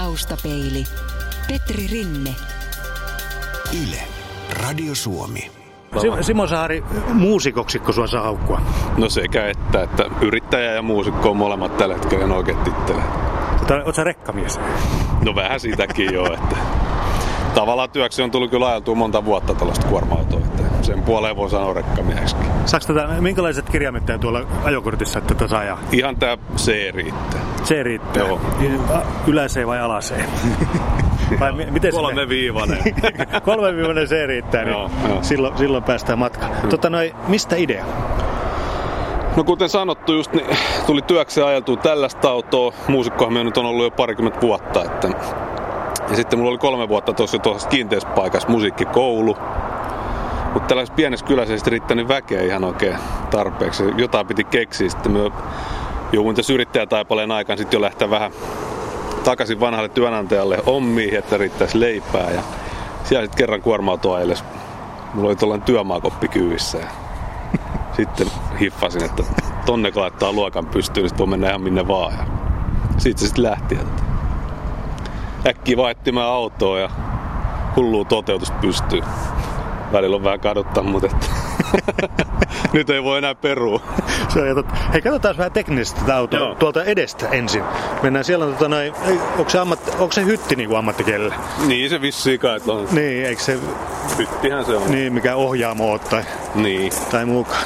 Taustapeili. Petri Rinne. Yle. Radio Suomi. Simo Saari, muusikoksiko sua saa haukkua? No sekä että yrittäjä ja muusikko on molemmat tällä hetkellä en oikein tittele. Oletko sä rekkamies? No vähän sitäkin jo, että tavallaan työksi on tullut kyllä ajeltua monta vuotta tällaista kuorma-autoa, että sen puoleen voi sanoa rekkamieheksikin. Minkälaiset kirjaimet tuolla ajokortissa, että saa ajaa? Ihan tää C riittää. C riittää? Joo. Ylä-C vai ala-C? Vai miten 3-viivainen. 3-viivainen C riittää, niin joo. Silloin päästään matkaan. Mistä idea? No kuten sanottu just, niin tuli työkseen ajeltua tällaista autoa. Muusikkohan me nyt on ollut jo parikymmentä vuotta. Ja sitten mulla oli 3 vuotta tuossa kiinteässä paikassa musiikkikoulu. Mutta tällaisessa pienessä kylässä ei sitten riittänyt väkeä ihan oikein tarpeeksi. Jotain piti keksiä. Sitten me jouduin tässä yrittäjätaipaleen aikaan sitten jo lähteä vähän takaisin vanhalle työnantajalle hommiin, että riittäisi leipää. Ja siellä sitten kerran kuorma-auto ajellessa. Mulla oli tuollainen työmaakoppi kyyvissä. Ja sitten hiffasin, että tonne kun laittaa luokan pystyyn, niin sitten voi mennä ihan minne vaan. Ja siitä se sitten lähti. Äkkiä vaihtimaan autoa ja hullua toteutusta pystyy. Välillä on vähän kaduttaa, mutta nyt ei voi enää perua. Hei, katsotaan vähän teknisesti tätä autoa. Joo. Tuolta edestä ensin. Mennään siellä, onko se hytti niin kuin ammattikielellä? Niin se vissiin kai on. Niin, eikö se... Hyttihän se on. Niin, mikä ohjaamo on tai muukaan.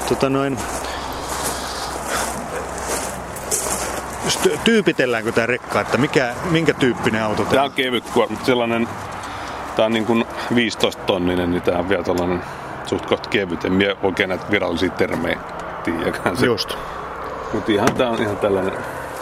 Tyypitelläänkö tää rekka, että minkä tyyppinen auto tää on kevyt kuorma, sellainen, tää on niin kuin 15-tonninen, niin tää on vielä tällainen suht kohta kevyt, en mie oikein näitä virallisia termejä tiedäkään. Just. Mutta tää on ihan tällainen,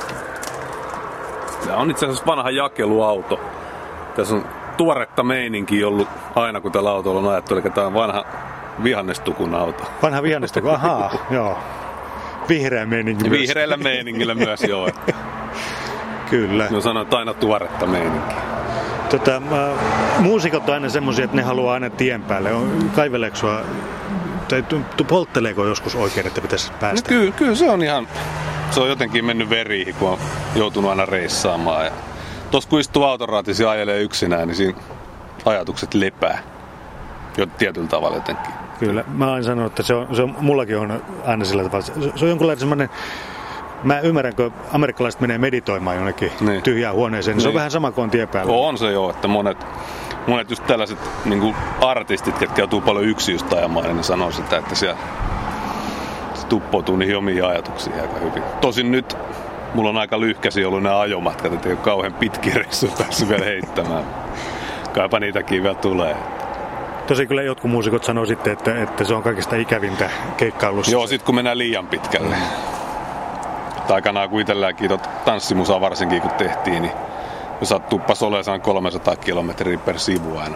tää on itse asiassa vanha jakeluauto. Tässä on tuoretta meininkiä ollut aina kun tällä autolla on ajettu, eli tää on vanha vihannestukun auto. Vanha vihannestukun, ahaa, joo. Vihreä meininki myös. Vihreällä meiningillä myös, joo. Kyllä. No sanoo, että aina tuoretta meininkiä. Muusikot on aina semmosia, että ne haluaa aina tien päälle. Kaiveleeko sua, tai poltteleeko joskus oikein, että pitäisi päästä? No kyllä se on ihan, se on jotenkin mennyt veriin, kun on joutunut aina reissaamaan. Ja tossa kun istuu autoraatissa ja ajelee yksinään, niin siinä ajatukset lepää. Jo tietyllä tavalla jotenkin. Kyllä. Mä aina sanonut, että se on mullakin on aina sillä tavalla. Se on jonkunlainen semmoinen, mä ymmärrän, kun amerikkalaiset menee meditoimaan jonnekin tyhjään huoneeseen, niin se on vähän sama kuin on tie päällä. On se joo, että monet just tällaiset niin kuin artistit, ketkä joutuu paljon yksin just ajamaan, niin ne sanoo sitä, että siellä se tuppoutuu niihin omiin ajatuksiin aika hyvin. Tosin nyt mulla on aika lyhkäisiä ollut nämä ajomatkat, että ei ole kauhean pitkiä reissuja päässyt vielä heittämään. Kaipa niitäkin vielä tulee. Tosi kyllä jotkut muusikot sanoo sitten, että se on kaikista ikävintä keikkailussa. Joo, sit kun mennään liian pitkälle. Aikanaan kun itselläänkin tanssimusaa varsinkin kun tehtiin, niin me sattuupas olemaan 300 kilometriä per sivu aina.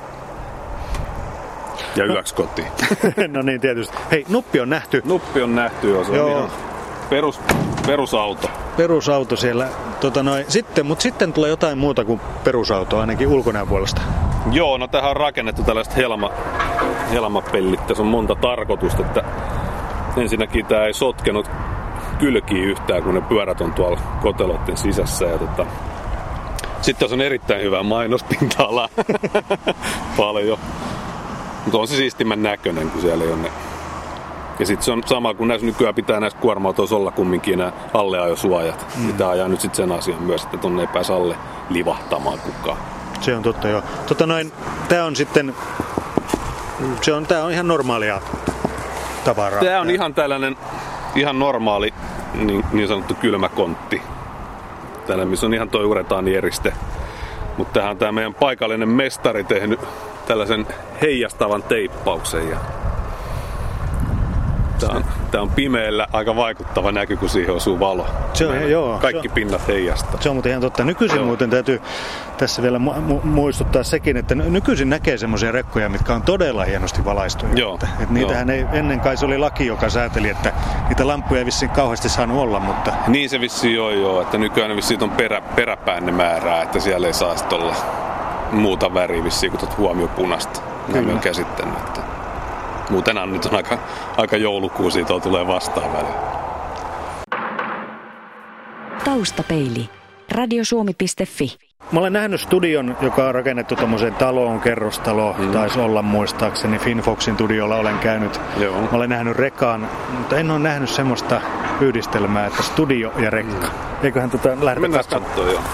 Ja yöksi kotiin. No niin, tietysti. Hei, nuppi on nähty. Nuppi on nähty, joo. Se on ihan perusauto. Perusauto siellä. Mutta sitten tulee jotain muuta kuin perusauto, ainakin ulkonäöpuolesta. Joo, no tähän on rakennettu tällaiset helmapellit. Tässä on monta tarkoitusta, että ensinnäkin tää ei sotkenut kylkiä yhtään, kun ne pyörät on tuolla koteloiden sisässä. Ja sitten tässä on erittäin hyvää mainospinta-alaa. Paljon. Mutta on se siistimän näköinen, kun siellä ei ole ne. Ja sitten se on sama, kun näissä nykyään pitää näistä kuorma-autoissa olla kumminkin nämä alleajosuojat. Pitää ajaa nyt sitten sen asian myös, että tonne ei pääse alle livahtamaan kukaan. Se on totta, joo. Tää on sitten, tää on ihan normaalia tavaraa. Tää on ihan tällainen, ihan normaali niin sanottu kylmäkontti. Tällainen, missä on ihan toi uretaanieriste. Mutta tähän on tää meidän paikallinen mestari tehnyt tällaisen heijastavan teippauksen. Ja tää on pimeällä aika vaikuttava näky, kun siihen osuu valo. Kaikki pinnat heijastaa. Se on muuten ihan totta. Nykyisin muuten täytyy tässä vielä muistuttaa sekin, että nykyisin näkee semmoisia rekkoja, mitkä on todella hienosti valaistuja. Niitähän ei, ennen kai se oli laki, joka sääteli, että niitä lampuja ei vissiin kauheasti saanut olla, mutta... Niin se vissiin on joo, että nykyään vissiin on peräpään ne määrää, että siellä ei saa sitten olla muuta väriä vissiin, kun tuot huomio punasta. Näin on käsittänyt, että... Muutenhan nyt on aika joulukuusi, tuolla tulee vastaan välillä. Taustapeili. Radiosuomi.fi. Mä olen nähnyt studion, joka on rakennettu tommoseen taloon, kerrostalo, taisi olla muistaakseni. Finfoxin studiolla olen käynyt. Joo. Mä olen nähnyt rekan, mutta en ole nähnyt semmoista yhdistelmää, että studio ja rekka. Eiköhän lähdetä katsomaan. Joo.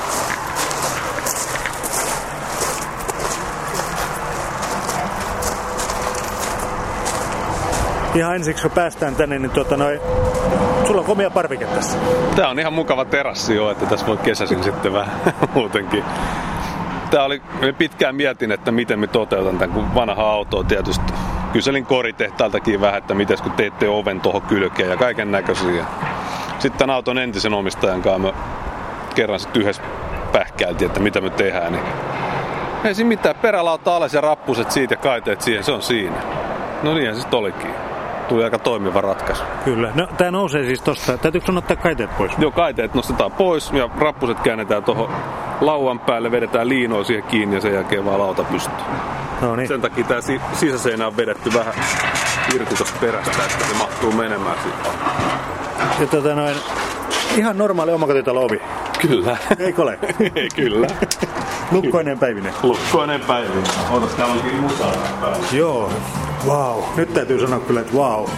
Ihan ensiksi kun päästään tänne, niin sulla on komia parvike tässä. Tää on ihan mukava terassi jo, että tässä voi kesäisin sitten vähän muutenkin. Pitkään mietin, että miten me toteutan tämän, kun vanha auto on tietysti. Kyselin koritehtaaltakin vähän, että miten kun teette oven tuohon kylkeen ja kaiken näköisiä. Sitten tämän auton entisen omistajan kanssa me kerran sitten yhdessä pähkäiltiin, että mitä me tehdään. Niin ei siinä mitään, perälauta alas ja rappuset siitä ja kaiteet siihen, se on siinä. No niinhän se sitten olikin. Tuli aika toimiva ratkaisu. Kyllä. No tää nousee siis tosta. Täytyykö sun ottaa kaiteet pois? Joo, kaiteet nostetaan pois ja rappuset käännetään tuohon lauan päälle, vedetään liinoa siihen kiinni ja sen jälkeen vaan lauta pystyy. No niin. Sen takia tää sisäseinä on vedetty vähän irti tosta perästä, että se mahtuu menemään siitä. Ja ihan normaali omakotitalo-ovi. Kyllä. Eikö ole? Ei, kyllä. Lukkoinen päivinen. Lukkoinen päivinen. Otas, täällä onkin musaa päällä. Joo. Vau. Nyt täytyy sanoa kyllä, että vau.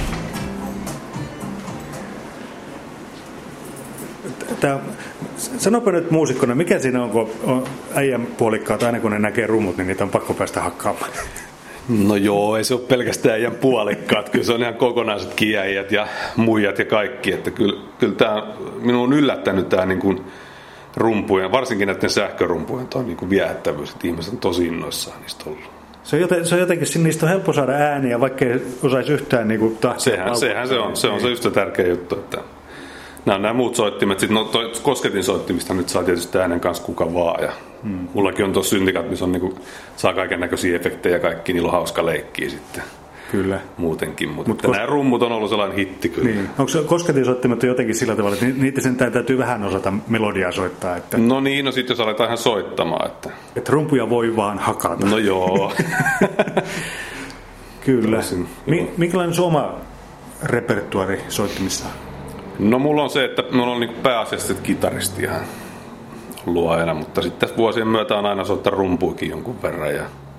Sanopa nyt muusikkona, mikä siinä on, kun on äijän puolikkaat, aina kun ne näkee rummut, niin niitä on pakko päästä hakkaamaan. No joo, ei se ole pelkästään äijän puolikkaat. Kyllä se on ihan kokonaisetkin äijät ja muijat ja kaikki. Että kyllä tämä minun on yllättänyt tämä niin kuin rumpujen, varsinkin näiden sähkörumpujen tuo niin kuin viehättävyys, että ihmiset on tosi innoissaan niistä ollut. Se on jotenkin, niistä on helppo saada ääniä, vaikka ei osaisi yhtään niin kuin tahtia. Sehän se on. Se on se yhtä tärkeä juttu, että nämä muut soittimet, sitten kosketin soittimista nyt saa tietysti äänen kanssa kuka vaan. Ja mullakin on tuossa syntikat, missä on, niin kuin, saa kaiken näköisiä efektejä ja kaikki, niillä on hauska leikkiä sitten. Kyllä. Muutenkin, mutta nämä rummut on ollut sellainen hitti kyllä. Niin. Onko kosketinsoittimet jotenkin sillä tavalla, että niitä sen täytyy vähän osata melodiaa soittaa? Että no niin, sitten jos aletaan ihan soittamaan. Että rumpuja voi vaan hakata. No joo. Kyllä. Minkälainen sun oma repertuaari soittimissa? No mulla on se, että mulla on niin pääasiassa kitaristi ihan luojana, mutta sitten tässä vuosien myötä on aina soittaa rumpuikin jonkun verran. Ja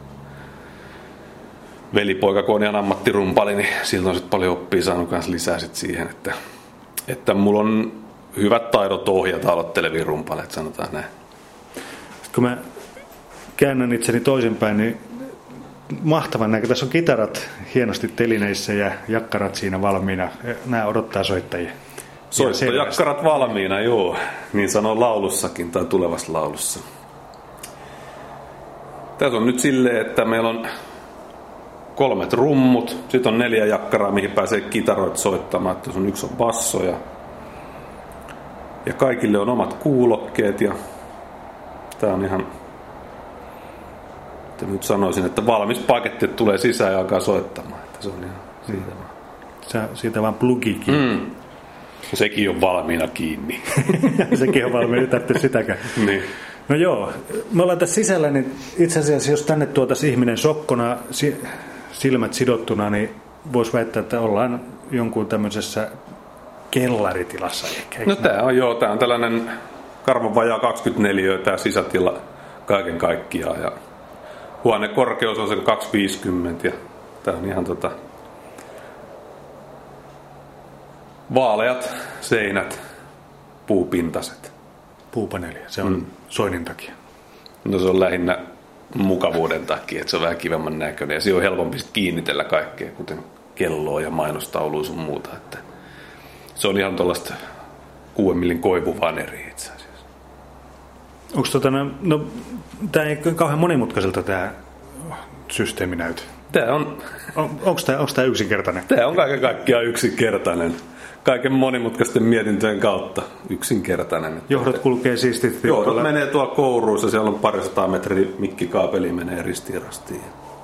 velipoika, kun on ihan ammattirumpali, niin siltä on sitten paljon oppia saanut kanssa lisää sit siihen, että mulla on hyvät taidot ohjata aloittelevia rumpaleita, sanotaan näin. Sitten kun mä käännän itseni toisinpäin, niin mahtavan näkö. Tässä on kitarat hienosti telineissä ja jakkarat siinä valmiina. Nämä odottaa soittajia. Soittojakkarat valmiina, joo. Niin sanoo laulussakin tai tulevassa laulussa. Tässä on nyt silleen, että meillä on 3 rummut. Sitten on 4 jakkaraa, mihin pääsee kitaroit soittamaan. Tässä on 1 on basso ja kaikille on omat kuulokkeet. Ja tää on ihan, nyt sanoisin, että valmis paketti tulee sisään ja alkaa soittamaan. Että se on ihan siitä vaan. Siitä vaan plugikin. Sekin on valmiina kiinni. Sekin on valmiina, ei tarvitse sitäkään. Niin. No joo, me ollaan tässä sisällä, niin itse asiassa jos tänne tuotaisiin ihminen sokkona, silmät sidottuna, niin voisi väittää, että ollaan jonkun tämmöisessä kellaritilassa ehkä. No tää on tällainen karvan vajaa 24, tää sisätila kaiken kaikkiaan. Ja huonekorkeus on sen 250 ja tää on ihan vaaleat seinät, puupintaset. Puupaneelia, se on soinnin takia. No se on lähinnä mukavuuden takia, että se on vähän kivemman näköinen ja siinä on helpompi kiinnitellä kaikkea, kuten kelloa ja mainostaulua sun muuta. Että se on ihan tuollaista 6 millin koivuvaneri itse asiassa. Onko no tämä ei kauhean monimutkaiselta tämä systeemi näytä? Tämä on. Onko tämä yksinkertainen? Tämä on kaiken kaikkiaan yksinkertainen. Kaiken monimutkaisten mietintöjen kautta yksinkertainen. Johdot kulkee siististi. Johdot menee tuolla kouruissa, siellä on 200 metriä mikkikaapeli menee ristiin rastiin.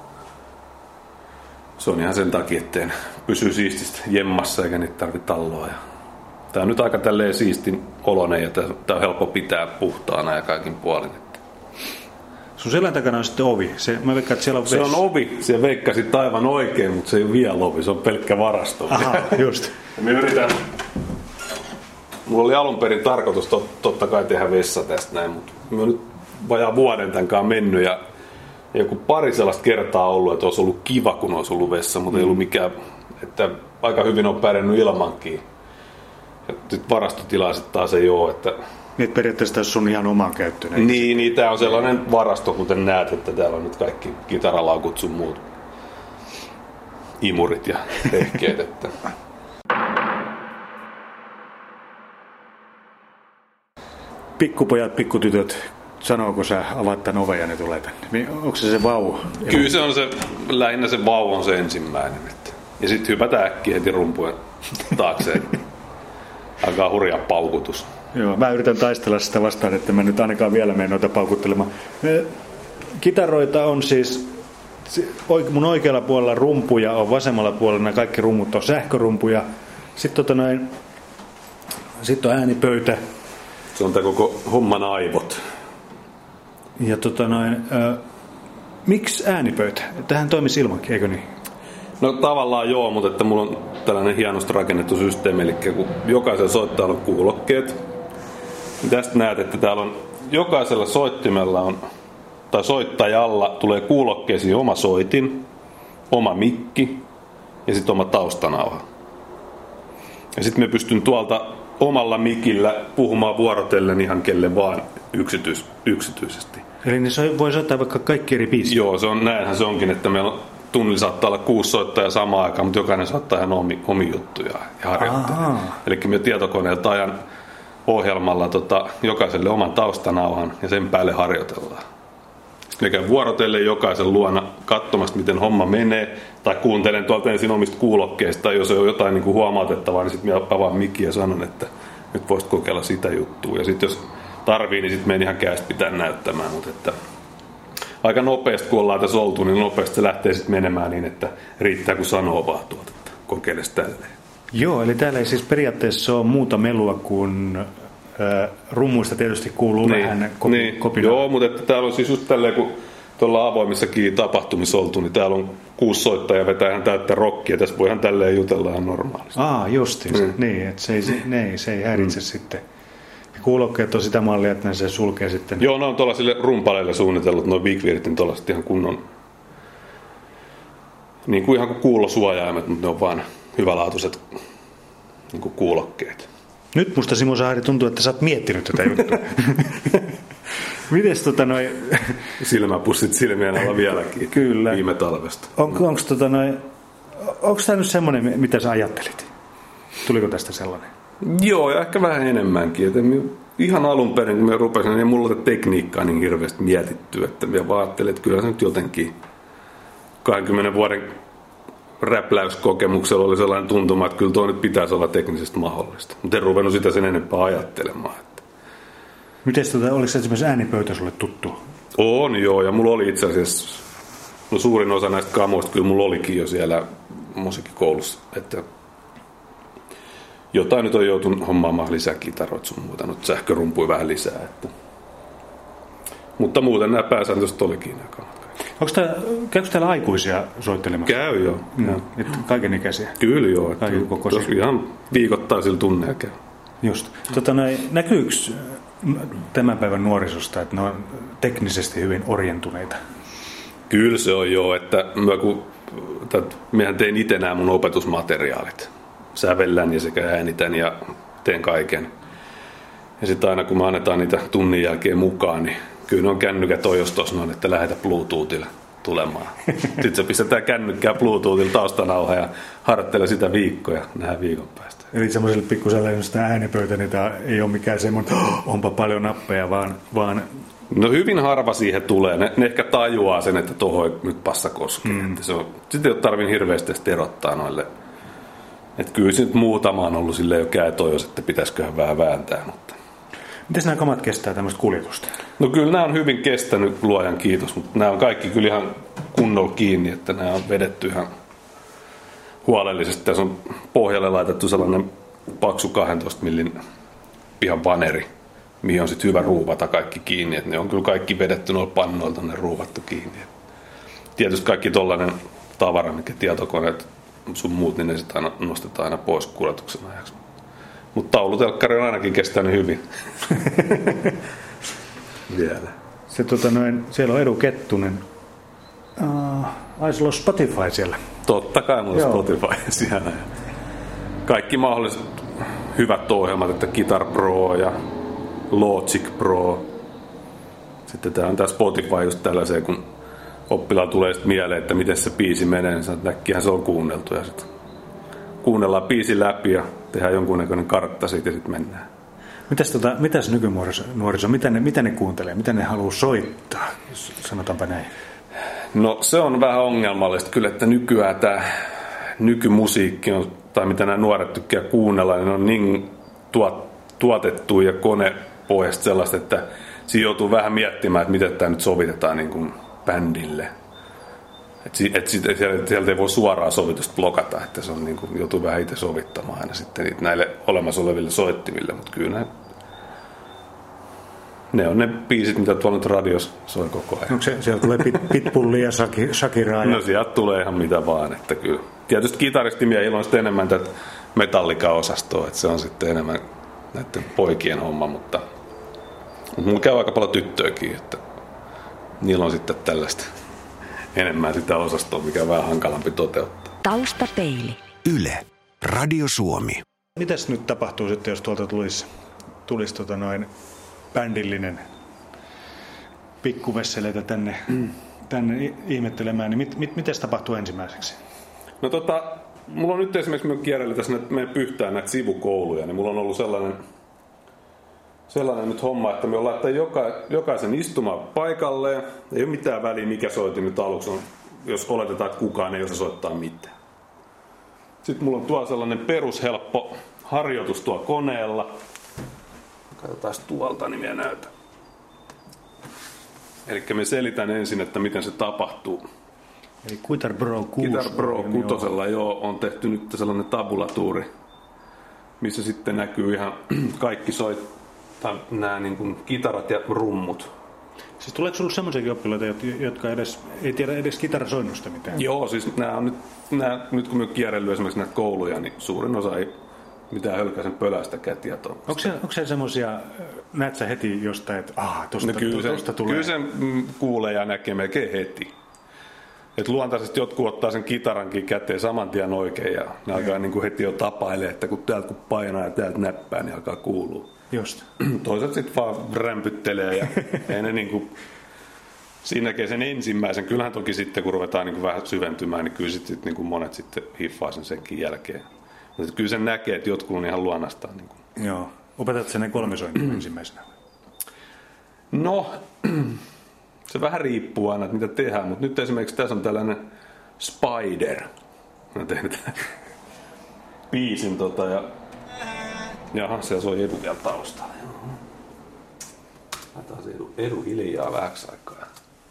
Se on ihan sen takia, ettei pysy siististi jemmassa eikä niitä tarvitse talloa. Tää on nyt aika tälleen siistin oloinen ja tää on helppo pitää puhtaana ja kaikin puolin. Sun selän takana on sitten ovi. Mä veikkaan, että siellä on se on ovi. Se veikkasit aivan oikein, mutta se ei ole vielä ovi. Se on pelkkä varasto. Aha, just. Me yritän. Mulla oli alun perin tarkoitus totta kai tehdä vessa tästä näin, mutta mä oon nyt vajaa vuoden tämänkaan mennyt ja joku pari sellaista kertaa ollut, että olisi ollut kiva, kun olisi ollut vessa, mutta ei ollut mikään, että aika hyvin on pärjännyt ilmankin. Ja nyt varastotilaa sitten taas ei ole, että... Niin, periaatteessa tässä on ihan omaan käyttöön. Niin, tää on sellainen varasto, kuten näet, että täällä on nyt kaikki kitaralaukut sun muut imurit ja rehkeet, että... Pikkupojat, pikkutytöt, sanooko sä avaat tän oven ja ne tulee tänne? Onko se vau? Kyllä se on se, lähinnä se vau on se ensimmäinen. Että. Ja sitten hypätään äkkiä heti rumpujen taakse. Alkaa hurjaa paukutus. Joo, mä yritän taistella sitä vastaan, että mä nyt ainakaan vielä menen noita paukuttelemaan. Kitaroita on siis, mun oikealla puolella rumpuja on, vasemmalla puolella kaikki rummut on sähkörumpuja. Sitten on äänipöytä. Se on tää koko homman aivot. Ja miksi äänipöytä? Tähän toimisi ilmankin, eikö niin? No tavallaan joo, mutta että mulla on tällainen hienosti rakennettu systeemi, eli kun jokaisella soittajalla on kuulokkeet, niin tästä näet, että täällä on jokaisella soittimella on, tai soittajalla tulee kuulokkeisiin oma soitin, oma mikki ja sitten oma taustanauha. Ja sitten me pystyn tuolta omalla mikillä puhumaan vuorotellen ihan kelle vaan yksityisesti. Eli ne voi soittaa vaikka kaikki eri biisit? Joo, näinhän se onkin, että meillä tunnilla saattaa olla 6 soittajaa samaan aikaan, mutta jokainen soittaa ihan omi juttuja ja harjoittelee. Eli me tietokoneelta ajan ohjelmalla jokaiselle oman taustanauhan ja sen päälle harjoitellaan. Me käyn vuorotellen jokaisen luona katsomassa, miten homma menee, tai kuuntelen tuolta ensin omista kuulokkeista, jos on jotain niin kuin huomautettavaa, niin sitten minä avaan mikkiä ja sanon, että nyt voisit kokeilla sitä juttua. Ja sitten jos tarvii, niin sitten menen ihan kädestä pitää näyttämään, mutta että aika nopeasti, kun ollaan tässä oltu, niin nopeasti se lähtee sitten menemään niin, että riittää kun sanoo vaan tuolta, että kokeile tälleen. Joo, eli täällä ei siis periaatteessa ole muuta melua kuin rummuista tietysti kuuluu vähän kopina. Joo, mutta että täällä on siis just tälleen, kun tuolla avoimissakin tapahtumissa oltu, niin täällä on 6 soittajaa vetää ihan täyttä rockia, tässä voi ihan tälleen jutella ihan normaalisti. Justiin. Niin, että se ei häiritse sitten. Kuulokkeet on sitä mallia, että ne se sulkee sitten. Joo, ne on tuollaisille rumpaleille suunnitellut, nuo Big Wirtin tuollaiset ihan kunnon, niin kuin ihan kuin kuulosuojaimet, mutta ne on vaan hyvälaatuiset niin kuin kuulokkeet. Nyt musta Simo Saari tuntuu, että sä oot miettinyt tätä juttua. Mites Silmäpussit silmien alla vieläkin. Kyllä. Viime talvesta. Onko tää nyt semmoinen, mitä sä ajattelit? Tuliko tästä sellainen? Joo, ja ehkä vähän enemmänkin. Että ihan alun perin, kun mä rupesin, niin mulla tätä tekniikkaa niin hirveästi mietitty, että mä vaan ajattelin, että kyllä se nyt jotenkin 20 vuoden räpläyskokemuksella oli sellainen tuntuma, että kyllä tuo nyt pitäisi olla teknisesti mahdollista. Mutta en ruvennut sitä sen enempää ajattelemaan. Miten oliko esimerkiksi äänipöytä sulle tuttu? On joo, ja mulla oli itse asiassa, suurin osa näistä kamoista kyllä mulla olikin jo siellä musiikkikoulussa, että jotain nyt on joutunut hommaamaan lisää kitaroita sun muuta, nyt sähkörumpui vähän lisää. Että. Mutta muuten nämä pääsääntöiset olikin nämä kamat. Käykö täällä aikuisia soittelemassa? Käy joo. Kaikenikäisiä? Kyllä joo. Ihan viikoittaisilla tunneilla käy. Just. Näkyykö tämän päivän nuorisosta, että ne on teknisesti hyvin orientuneita? Kyllä se on joo, että mehän tein itse nämä mun opetusmateriaalit. Sävellän ja sekä äänitän ja teen kaiken. Ja sitten aina kun me annetaan niitä tunnin jälkeen mukaan, niin kyllä ne on kännykät jos tuossa noin, että lähetä Bluetoothilla tulemaan. Sitten se pistetään kännykkää Bluetoothilla taustanauha ja harjoittelee sitä viikkoja, nähdään viikon päästä. Eli semmoiselle pikkuselle sitä äänipöytä, niin tämä ei ole mikään semmoinen, onpa paljon nappeja, vaan... No hyvin harva siihen tulee. Ne ehkä tajuaa sen, että tuohon ei nyt passa koskee. Sitten ei ole tarvinnut hirveästi erottaa noille. Että kyllä se nyt muutama on ollut silleen jo käetojos, että pitäisiköhän vähän vääntää. Mutta. Miten nämä kamat kestää tämmöistä kuljetusta? No kyllä nämä on hyvin kestänyt, luojan kiitos, mutta nämä on kaikki kyllä ihan kunnolla kiinni, että nämä on vedetty ihan huolellisesti. Tässä on pohjalle laitettu sellainen paksu 12 millin pihan vaneri, mihin on sitten hyvä ruuvata kaikki kiinni. Että ne on kyllä kaikki vedetty noilla pannoilta, ne ruuvattu kiinni. Tietysti kaikki tollainen tavara, mikä tietokoneet sun muut, niin ne sitten aina nostetaan aina pois kuljetuksen ajaksi. Mutta taulutelkkari on ainakin kestänyt hyvin. vielä. Se, siellä on Edu Kettunen. Ai, sulla on Spotify siellä. Totta kai mulla on Spotify siellä. Kaikki mahdolliset hyvät ohjelmat, että Guitar Pro ja Logic Pro. Sitten tää on tää Spotify just tällaiseen, kun oppilaalla tulee sitten mieleen, että miten se biisi menee, niin näkkihän se on kuunneltu. Ja sitten kuunnellaan biisi läpi ja tehdään jonkunnäköinen kartta siitä ja sitten mennään. Mitäs nykynuoriso, mitä ne kuuntelee, mitä ne haluaa soittaa, sanotaanpa näin? No se on vähän ongelmallista kyllä, että nykyään tämä nykymusiikki on, tai mitä nämä nuoret tykkää kuunnella, niin on niin tuotettu ja konepohjasta sellaista, että siinä joutuu vähän miettimään, että miten tämä nyt sovitetaan niin kuin bändille. Sieltä ei voi suoraan sovitusta blokata, että se on niin kuin, joutuu vähän itse sovittamaan aina sitten näille olemassa oleville soittimille, mutta kyllä ne on ne biisit, mitä tuolla nyt radiossa soi koko ajan. Onko sieltä tulee Pitbullia ja Shakiraa? No sieltä tulee ihan mitä vaan, että kyllä. Tietysti kitaristimiehillä on sitten enemmän tätä Metallica-osastoa, että se on sitten enemmän näiden poikien homma, mutta mulla käy aika paljon tyttöäkin, että niillä on sitten tällaista enemmän sitä osastoa, mikä on vähän hankalampi toteuttaa. Taustapeili. Yle. Radio Suomi. Mitäs nyt tapahtuu sitten, jos tuolta tulisi bändillinen pikkuvesseleitä tänne ihmettelemään, niin mitäs tapahtuu ensimmäiseksi? No mulla on nyt esimerkiksi, me kierrellä tässä meidän pyhtään näitä sivukouluja, niin mulla on ollut sellainen nyt homma, että me on laittaa jokaisen istumaan paikalleen. Ei ole mitään väliä, mikä soitin nyt aluksi on, jos oletetaan, että kukaan ei osaa soittaa mitään. Sitten mulla on tuolla sellainen perushelppo harjoitus tuolla koneella. Katsotaan tuolta, niin minä näytän. Eli me selitän ensin, että miten se tapahtuu. Eli Guitar Pro 6. Guitar Pro 6 on tehty nyt sellainen tabulatuuri, missä sitten näkyy ihan kaikki nämä niin kuin kitarat ja rummut. Siis tuleeko sinulle semmoisiakin oppilaita, jotka ei tiedä edes kitarasoinnusta mitään? Joo, siis nyt kun me kierrellyt esimerkiksi näitä kouluja, niin suurin osa ei mitään hölkäisen pölästäkään tietoa. Onko se semmoisia, näet sä heti jostain, että tosta tulee? Kyllä sen kuulee ja näkee melkein heti. Et luontaisesti jotkut ottaa sen kitarankin käteen saman tien oikein ja ne alkaa niin kuin heti jo tapailee, että kun painaa ja täältä näppää, niin alkaa kuulua. Just. Toiset sitten vaan rämpyttelee ja ei ne niinku, siinä näkee sen ensimmäisen. Kyllähän toki sitten kun ruvetaan niinku vähän syventymään, niin kyllä sitten niinku monet sitten hiffaa senkin jälkeen. Mutta kyllä sen näkee, että jotkut on ihan luonnastaan. Niinku. Joo. Opetatko sen kolmisoinnin ensimmäisenä? No, se vähän riippuu aina, että mitä tehdään. Mutta nyt esimerkiksi tässä on tällainen Spider. Mä tein tämän biisin ja jaha, siellä soi Edu vielä taustalla. Laitetaan se Edu hiljaa vähäksi aikaa.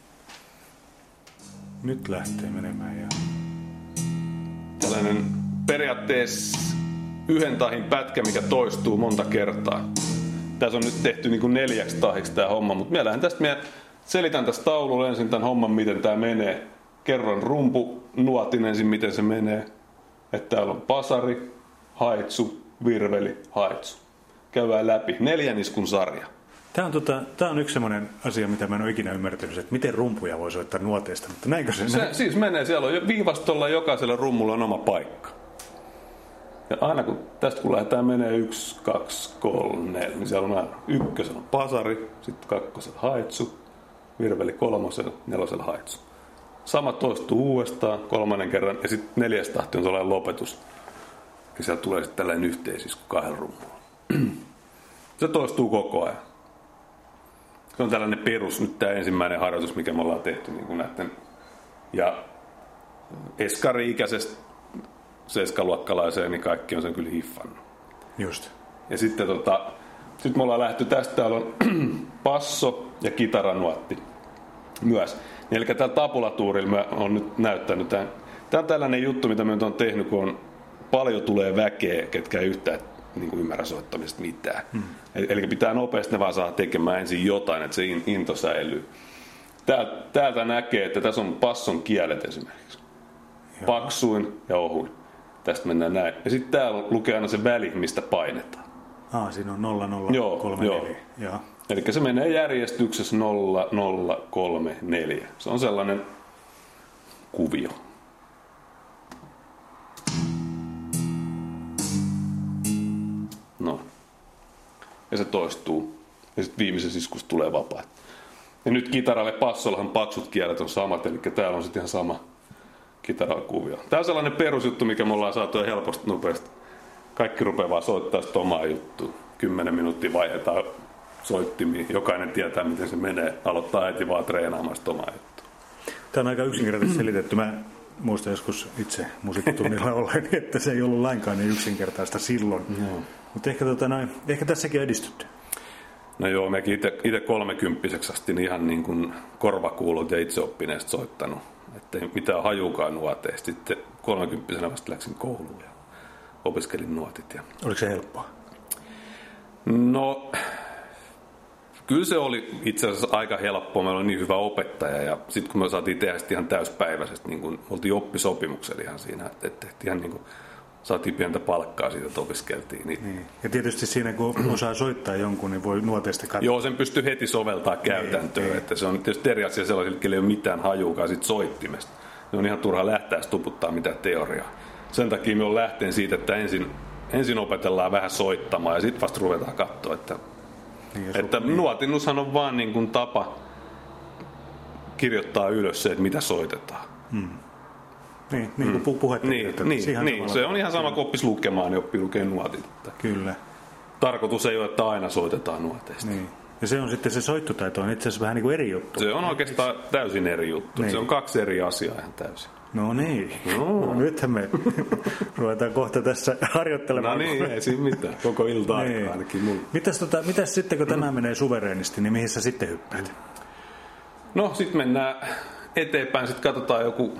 Nyt lähtee menemään. Tällainen periaatteessa yhden tahin pätkä, mikä toistuu monta kertaa. Tässä on nyt tehty niin kuin 4 tahiksi tämä homma, mutta selitän tästä taululla ensin tämän homman, miten tämä menee. Kerron rumpunuotin ensin, miten se menee. Että täällä on pasari, haitsu, virveli, haitsu. Käydään läpi. 4 iskun sarja. Tämä on yksi semmoinen asia, mitä mä en ole ikinä ymmärtänyt, että miten rumpuja voi soittaa nuoteista, mutta näinkö se? Siis menee, siellä on viivastolla jokaisella rummulla on oma paikka. Ja aina kun lähdetään menee 1, 2, 3, 4, niin siellä on aina 1 on pasari, sitten 2 haitsu, virveli 3, 4 haitsu. Sama toistuu uudestaan 3. kerran ja sitten 4. tahti on sellainen lopetus. Ja sieltä tulee sitten tällainen yhteisisku 2 rummulla. Se toistuu koko ajan. Se on tällainen perus, nyt tämä ensimmäinen harjoitus, mikä me ollaan tehty niin kuin näiden. Ja eskari-ikäisestä 7-luokkalaiseen, niin kaikki on sen kyllä hiffannut. Just. Ja sitten sit me ollaan lähty tästä, täällä on passo ja kitaranuotti myös. Eli tällä tabulatuurilla mä oon nyt näyttänyt tämän. Tämä on tällainen juttu, mitä me nyt on tehnyt, kun paljon tulee väkeä, ketkä ei yhtään niin kuin ymmärrä soittamista mitään. Eli pitää nopeasti ne vaan saa tekemään ensin jotain, että se into säilyy. Täältä näkee, että tässä on passon kielet esimerkiksi. Paksuin ja ohuin. Tästä mennään näin. Ja sitten täällä lukee aina se väli, mistä painetaan. Siinä on 0, 0, 3, 4. Eli se menee järjestyksessä 0034. Se on sellainen kuvio. No. Ja se toistuu. Ja sitten viimeisessä iskussa tulee vapaat. Ja nyt kitaralle passollahan paksut kielet on samat, eli täällä on sitten ihan sama kitarakuvio. Tää on sellainen perusjuttu, mikä me ollaan saatu helposti nopeasti. Kaikki rupeaa vaan soittaa sitä omaa juttua. 10 minuuttia vaihdetaan soittimia. Jokainen tietää, miten se menee. Aloittaa heti vaan treenaamaan sitä omaa juttua. Tämä on aika yksinkertaisesti selitetty. Mä muistan joskus itse musiikkitunnilla olleen, että se ei ollut lainkaan niin yksinkertaista silloin. Mutta ehkä tässäkin on edistytty. No joo, mekin itse 30-vuotiaaksi asti niin ihan niin kuin korvakuulot ja itseoppineesta soittanut. Että ei mitään hajukaan nuoteista. Sitten 30-vuotiaana vasta läksin kouluun ja opiskelin nuotit. Oliko se helppoa? No, kyllä se oli itse asiassa aika helppoa. Meillä oli niin hyvä opettaja ja sitten kun me saatiin tehdä ihan täyspäiväisesti, niin kun oltiin oppisopimuksella ihan siinä, että ihan niin kuin saatiin pientä palkkaa siitä, että opiskeltiin. Niin. Ja tietysti siinä, kun osaa soittaa jonkun, niin voi nuoteista katsoa. Joo, sen pystyy heti soveltaa käytäntöön. Niin. Että se on tietysti eri asia sellaisille, joilla ei ole mitään hajuukaan siitä soittimesta. Se on ihan turha lähteä tuputtaa mitään teoriaa. Sen takia me on lähteen siitä, että ensin opetellaan vähän soittamaan ja sitten vasta ruvetaan katsoa, että nuotinnushan on vaan niin kuin tapa kirjoittaa ylös se, että mitä soitetaan. Niin kuin puhetta. Niin, se on ihan sama kuin oppisi lukemaan, niin oppii lukemaan nuotit. Kyllä. Tarkoitus ei ole, että aina soitetaan nuoteista. Niin. Ja se on sitten se soittotaito on itse asiassa vähän niin kuin eri juttu. Se on oikeastaan täysin eri juttu. Niin. Se on 2 eri asiaa ihan täysin. No niin. No, nythän me ruvetaan kohta tässä harjoittelemaan. No niin, ei siinä mitään. Koko ilta aikaa ainakin mulla. Mitäs sitten, kun tämä menee suvereenisti, niin mihin sä sitten hyppäät? No, sitten mennään eteenpäin. Sitten katsotaan joku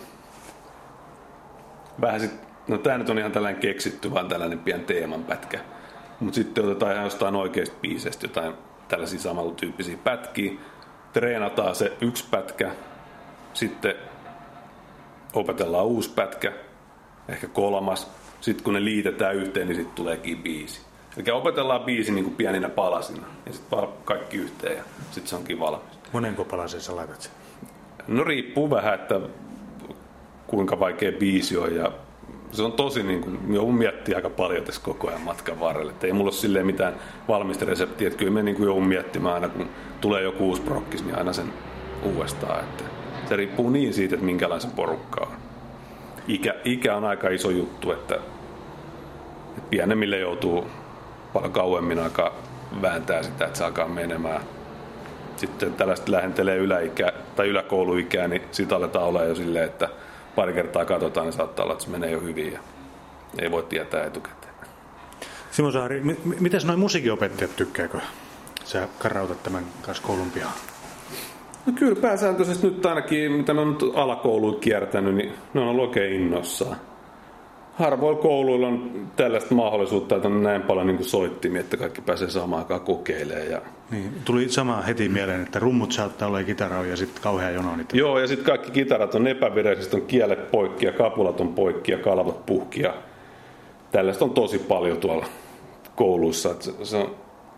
vähän sit, no tää nyt on ihan tällainen keksitty, vaan tällainen pieni teemanpätkä. Mutta sitten otetaan ihan jostain oikeista biiseistä jotain tällaisia samantyyppisiä pätkiä. Treenataan se yksi pätkä. Sitten opetellaan uusi pätkä. Ehkä 3. Sitten kun ne liitetään yhteen, niin sitten tuleekin biisi. Eli opetellaan biisi niin kuin pieninä palasina. Ja sitten vaan kaikki yhteen ja sitten se onkin valmis. Monenko palasen sä laitat sen? No riippuu vähän, että kuinka vaikea biisi on ja se on tosi niin kuin, joudun miettimään aika paljon tässä koko ajan matkan varrella. Että ei mulla ole silleen mitään valmista reseptiä, että kyllä me niin kuin joudun miettimään aina, kun tulee joku uusi prokkis, niin aina sen uudestaan. Että se riippuu niin siitä, että minkälaisen porukka on. Ikä on aika iso juttu, että pienemmille joutuu paljon kauemmin aikaa vääntää sitä, että se alkaa menemään. Sitten tällaista lähentelee yläkouluikää, niin sitä aletaan olla jo silleen, että pari kertaa katsotaan, niin saattaa olla, että se menee jo hyvin ja ei voi tietää etukäteen. Simo Saari, mitäs noin musiikinopettajat tykkääkö? Sä karautat tämän kanssa koulun pihaan. No kyllä pääsääntöisesti nyt ainakin, mitä ne on nyt alakouluun kiertänyt, niin ne on ollut oikein innossaan. Harvoilla kouluilla on tällaista mahdollisuutta, että on näin paljon niin kuin soittimia, että kaikki pääsee samaan aikaan kokeilemaan. Ja niin, tuli sama heti mieleen, että rummut saattaa olla kitaraa ja sitten kauhean jono. Joo, ja sitten kaikki kitarat on epävireisesti, on kielet poikki ja kapulat on poikki ja kalvot puhki. Ja tällaista on tosi paljon tuolla kouluissa. Se on,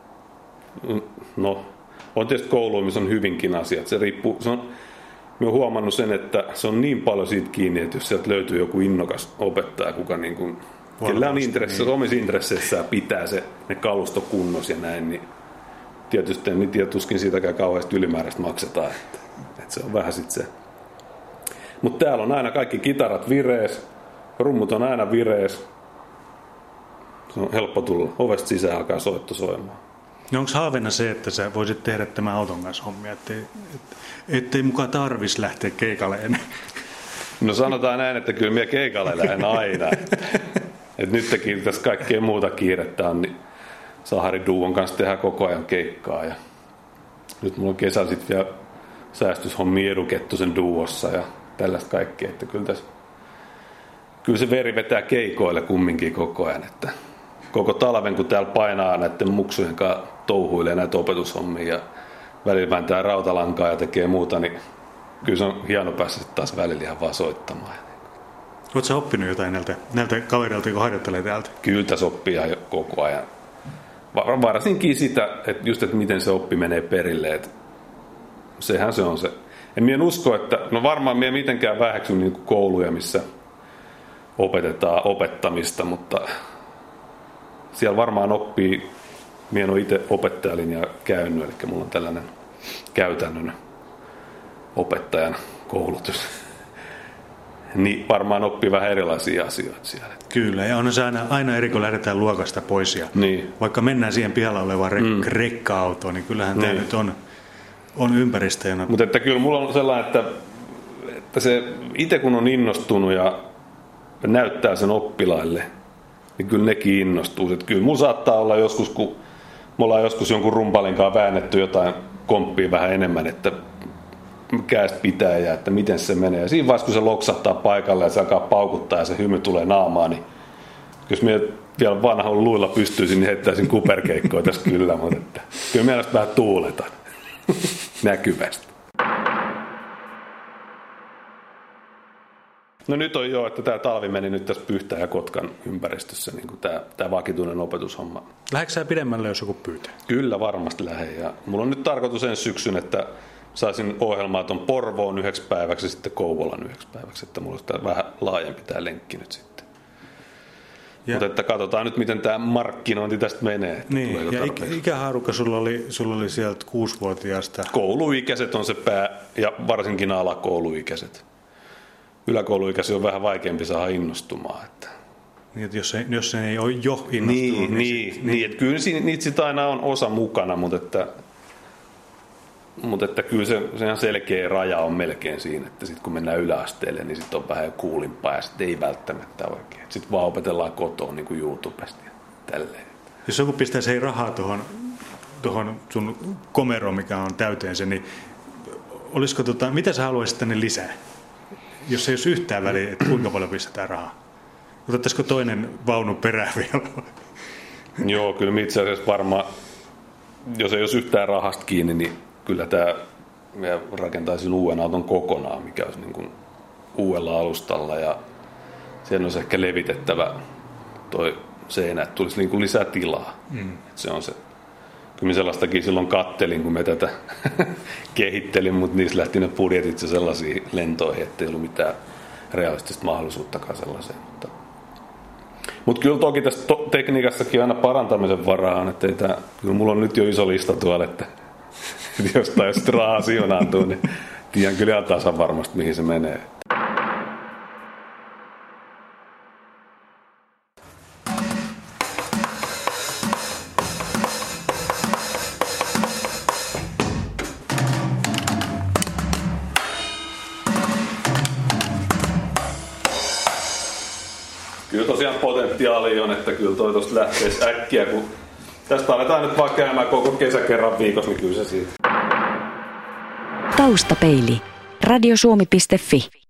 no, on tietysti kouluja, missä on hyvinkin asiat. Se riippuu, minä olen huomannut sen, että se on niin paljon siitä kiinni, että jos sieltä löytyy joku innokas opettaja, kuka niin kuin, kellä on omissa intresseissään pitää ne kalustokunnos ja näin, niin tietysti niin tuskin siitäkään kauheasti ylimääräistä maksetaan. Että se on vähän sitten se. Mutta täällä on aina kaikki kitarat virees, rummut on aina virees. Se on helppo tulla ovesta sisään, alkaa soitto soimaan. No onko haaveena se, että sä voisit tehdä tämän auton kanssa hommia, ettei mukaan tarvitsisi lähteä keikalle ennen? No sanotaan näin, että kyllä minä keikalle lähden aina. Et nytkin tässä kaikkea muuta kiirettä on, niin Sahari Duon kanssa tehdään koko ajan keikkaa. Ja nyt mulla on kesällä sitten vielä säästyshommia Edu Kettusen duossa ja tällaista kaikkea. Että kyllä se veri vetää keikoille kumminkin koko ajan. Että koko talven, kun täällä painaa näiden muksujen kanssa touhuilee näitä opetushommia ja välillä vääntää rautalankaa ja tekee muuta, niin kyllä se on hieno päästä taas välillä ihan vaan soittamaan. Oletko oppinut jotain näiltä kavereilta, kun harjoittelee täältä? Kyllä tässä oppii koko ajan. varsinkin sitä, että just että miten se oppi menee perille, että sehän se on se. En minä usko, että, no varmaan minä mitenkään väheksyn niin kuin kouluja, missä opetetaan opettamista, mutta siellä varmaan oppii, minä en ole itse opettajalinjaa käynyt, eli mulla on tällainen käytännön opettajan koulutus. Niin varmaan oppii vähän erilaisia asioita siellä. Kyllä, ja on se aina eri, kun lähdetään luokasta pois. Ja niin. Vaikka mennään siihen pihalla olevaan rekka-autoon, niin kyllähän tämä nyt on ympäristö. Mutta että kyllä mulla on sellainen, että se itse kun on innostunut ja näyttää sen oppilaille, niin kyllä nekin innostuu. Että kyllä mulla saattaa olla joskus, kun me ollaan joskus jonkun rumpalinkaan väännetty jotain komppia vähän enemmän, että kädestä pitää ja että miten se menee. Ja siinä vaiheessa, kun se loksahtaa paikalle ja se alkaa paukuttaa ja se hymy tulee naamaan, niin jos minä vielä vanhan luilla pystyisin, niin heittäisin kuperkeikkoa tässä kyllä, mutta että kyllä mielestäni vähän tuuletan näkyvästi. No nyt on jo, että tämä talvi meni nyt tässä Pyhtään ja Kotkan ympäristössä, niin kuin tämä vakituinen opetushomma. Lähdekö sä pidemmälle, jos joku pyytää? Kyllä, varmasti lähden. Ja mulla on nyt tarkoitus ensi syksyn, että saisin ohjelmaa tuon Porvoon 9 päiväksi ja sitten Kouvolan 9 päiväksi, että mulla olisi vähän laajempi tämä lenkki nyt sitten. Mutta että katsotaan nyt, miten tämä markkinointi tästä menee. Niin, ja ikähaarukka sulla oli sieltä 6-vuotiaasta? Kouluikäiset on se pää, ja varsinkin alakouluikäiset. Yläkouluikäisiä on vähän vaikeampi saada innostumaan. Että. Niin, että jos se ei ole jo innostunut. Niin, että kyllä niitä sitä aina on osa mukana, mutta että kyllä se ihan selkeä raja on melkein siinä, että sitten kun mennään yläasteelle, niin sitten on vähän jo kuulimpaa ja sitten ei välttämättä oikein. Sitten vaan opetellaan kotoa niin kuin YouTubesta ja tälleen. Jos joku pistäisi rahaa tuohon sun komeroon, mikä on täyteen se, niin olisiko mitä sä haluaisit tänne lisää? Jos ei olisi yhtään väliä, että kuinka paljon pistetään rahaa? Otettaisiko toinen vaunu perään vielä? Joo, kyllä itse asiassa varmaan, jos ei olisi yhtään rahasta kiinni, niin kyllä tämä rakentaisin uuden auton kokonaan, mikä olisi niin kuin uudella alustalla ja sen olisi ehkä levitettävä toi seinä, että tulisi niin kuin lisää tilaa. Se on se. Kyllä minä sellaistakin silloin kattelin, kun me tätä kehittelin, mutta niissä lähti ne budjetit sellaisiin lentoihin, ettei ollut mitään realistista mahdollisuuttakaan sellaiseen. Mutta kyllä toki tässä tekniikassakin aina parantamisen varaa on, että kyllä mulla on nyt jo iso lista tuolla, että jostain sitten rahaa sijonaantuu, niin tiedän kyllä ihan tasan varmasti, mihin se menee. Kyllä tosiaan potentiaali on, että kyllä toi tosta lähteisi äkkiä, kun tästä aletaan nyt vaan käymään koko kesä kerran viikossa, niin kyllä se siitä. Taustapeili. Radiosuomi.fi